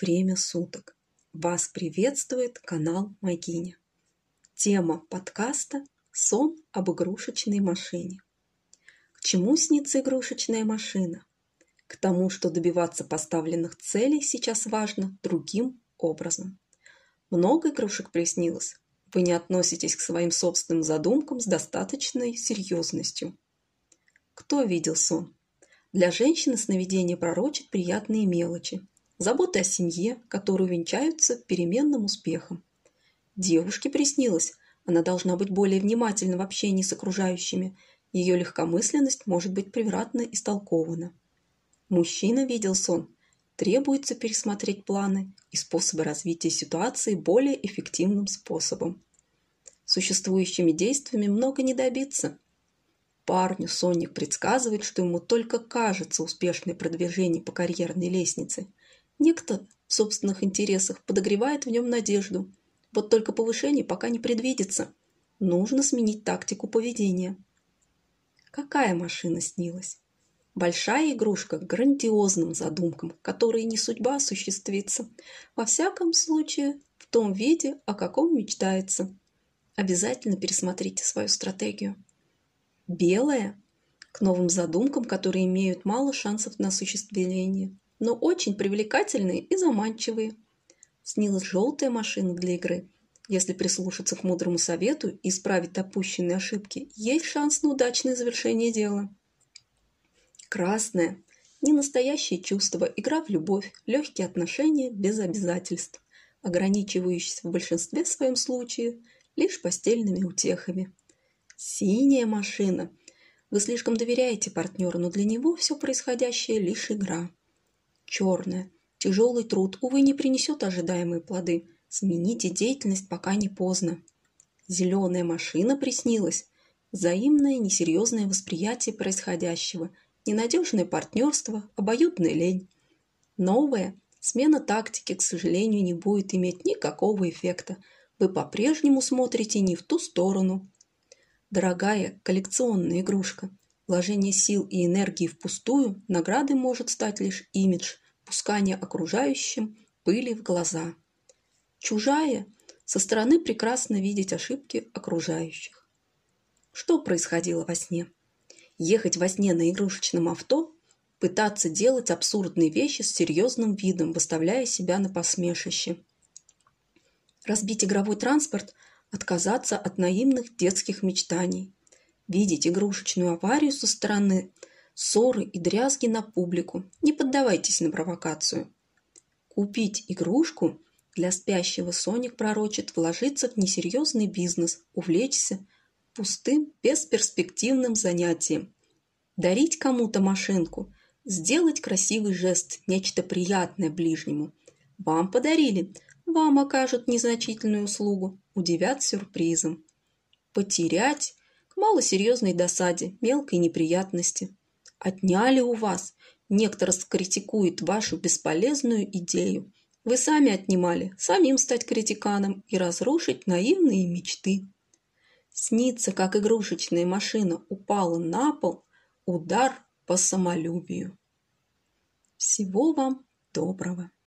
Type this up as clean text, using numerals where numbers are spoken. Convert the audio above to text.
время суток. Вас приветствует канал Магиня. Тема подкаста «Сон об игрушечной машине». К чему снится игрушечная машина? К тому, что добиваться поставленных целей сейчас важно другим образом. Много игрушек приснилось? Вы не относитесь к своим собственным задумкам с достаточной серьезностью. Кто видел сон? Для женщины сновидение пророчит приятные мелочи. Заботы о семье, которые увенчаются переменным успехом. Девушке приснилось, она должна быть более внимательна в общении с окружающими, ее легкомысленность может быть превратно истолкована. Мужчина видел сон, требуется пересмотреть планы и способы развития ситуации более эффективным способом. Существующими действиями много не добиться. Парню сонник предсказывает, что ему только кажется успешное продвижение по карьерной лестнице. Некто в собственных интересах подогревает в нем надежду. Вот только повышение пока не предвидится. Нужно сменить тактику поведения. Какая машина снилась? Большая игрушка к грандиозным задумкам, которые не судьба осуществиться. Во всяком случае, в том виде, о каком мечтается. Обязательно пересмотрите свою стратегию. Белая к новым задумкам, которые имеют мало шансов на осуществление, но очень привлекательные и заманчивые. Снилась желтая машина для игры. Если прислушаться к мудрому совету и исправить допущенные ошибки, есть шанс на удачное завершение дела. Красная – ненастоящее чувство, игра в любовь, легкие отношения без обязательств, ограничивающиеся в большинстве своем случае лишь постельными утехами. Синяя машина. Вы слишком доверяете партнеру, но для него все происходящее лишь игра. Черная. Тяжелый труд, увы, не принесет ожидаемые плоды. Смените деятельность, пока не поздно. Зеленая машина приснилась. Взаимное несерьезное восприятие происходящего, ненадежное партнерство, обоюдная лень. Новая. Смена тактики, к сожалению, не будет иметь никакого эффекта. Вы по-прежнему смотрите не в ту сторону. Дорогая коллекционная игрушка. Вложение сил и энергии впустую наградой может стать лишь имидж, пускание окружающим пыли в глаза. Чужая. Со стороны прекрасно видеть ошибки окружающих. Что происходило во сне? Ехать во сне на игрушечном авто, пытаться делать абсурдные вещи с серьезным видом, выставляя себя на посмешище. Разбить игровой транспорт, отказаться от наивных детских мечтаний. Видеть игрушечную аварию со стороны, ссоры и дрязги на публику. Не поддавайтесь на провокацию. Купить игрушку для спящего сонник пророчит вложиться в несерьезный бизнес, увлечься пустым, бесперспективным занятием. Дарить кому-то машинку, сделать красивый жест, нечто приятное ближнему. Вам подарили, вам окажут незначительную услугу, удивят сюрпризом. Потерять к малосерьезной досаде, мелкой неприятности. Отняли у вас, некто раскритикует вашу бесполезную идею. Вы сами отнимали, самим стать критиканом и разрушить наивные мечты. Снится, как игрушечная машина упала на пол, удар по самолюбию. Всего вам доброго.